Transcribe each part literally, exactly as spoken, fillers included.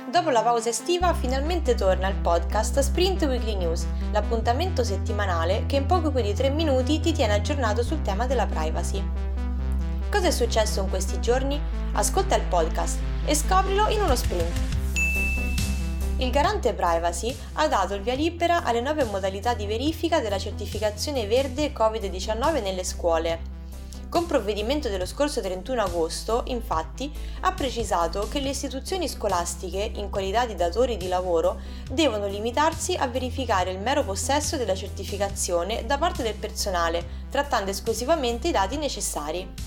Dopo la pausa estiva finalmente torna il podcast Sprint Weekly News, l'appuntamento settimanale che in poco più di tre minuti ti tiene aggiornato sul tema della privacy. Cosa è successo in questi giorni? Ascolta il podcast e scoprilo in uno sprint. Il garante privacy ha dato il via libera alle nuove modalità di verifica della certificazione verde covid diciannove nelle scuole. Con provvedimento dello scorso trentuno agosto, infatti, ha precisato che le istituzioni scolastiche, in qualità di datori di lavoro, devono limitarsi a verificare il mero possesso della certificazione da parte del personale, trattando esclusivamente i dati necessari.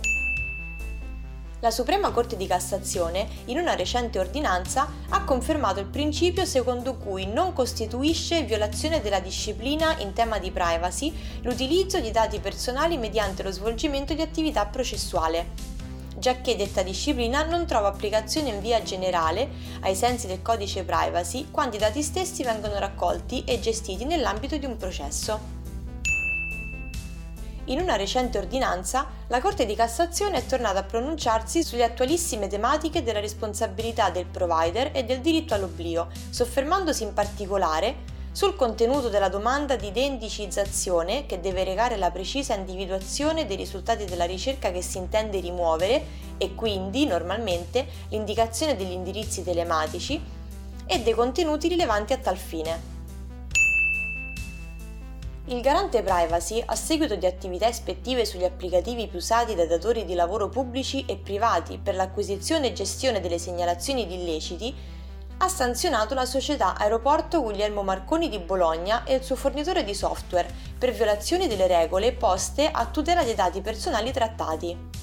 La Suprema Corte di Cassazione, in una recente ordinanza, ha confermato il principio secondo cui non costituisce violazione della disciplina in tema di privacy l'utilizzo di dati personali mediante lo svolgimento di attività processuale, giacché detta disciplina non trova applicazione in via generale, ai sensi del codice privacy, quando i dati stessi vengono raccolti e gestiti nell'ambito di un processo. In una recente ordinanza, la Corte di Cassazione è tornata a pronunciarsi sulle attualissime tematiche della responsabilità del provider e del diritto all'oblio, soffermandosi in particolare sul contenuto della domanda di deindicizzazione, che deve recare la precisa individuazione dei risultati della ricerca che si intende rimuovere e quindi, normalmente, l'indicazione degli indirizzi telematici e dei contenuti rilevanti a tal fine. Il garante privacy, a seguito di attività ispettive sugli applicativi più usati dai datori di lavoro pubblici e privati per l'acquisizione e gestione delle segnalazioni di illeciti, ha sanzionato la società Aeroporto Guglielmo Marconi di Bologna e il suo fornitore di software per violazioni delle regole poste a tutela dei dati personali trattati.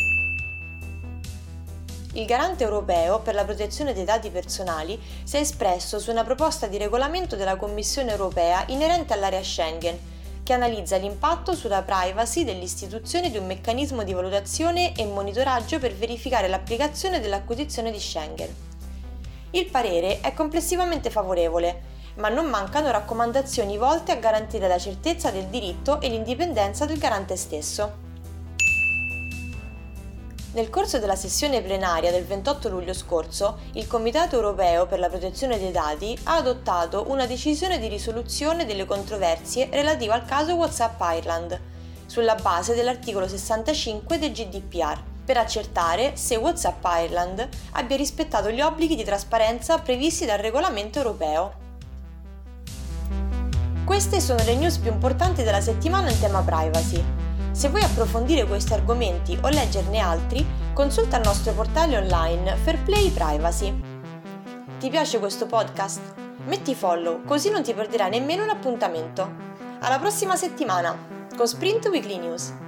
Il garante europeo per la protezione dei dati personali si è espresso su una proposta di regolamento della Commissione europea inerente all'area Schengen, che analizza l'impatto sulla privacy dell'istituzione di un meccanismo di valutazione e monitoraggio per verificare l'applicazione dell'acquisizione di Schengen. Il parere è complessivamente favorevole, ma non mancano raccomandazioni volte a garantire la certezza del diritto e l'indipendenza del garante stesso. Nel corso della sessione plenaria del ventotto luglio scorso, il Comitato europeo per la protezione dei dati ha adottato una decisione di risoluzione delle controversie relativa al caso WhatsApp Ireland, sulla base dell'articolo sessantacinque del G D P R, per accertare se WhatsApp Ireland abbia rispettato gli obblighi di trasparenza previsti dal regolamento europeo. Queste sono le news più importanti della settimana in tema privacy. Se vuoi approfondire questi argomenti o leggerne altri, consulta il nostro portale online Fairplay Privacy. Ti piace questo podcast? Metti follow, così non ti perderai nemmeno un appuntamento. Alla prossima settimana con Sprint Weekly News.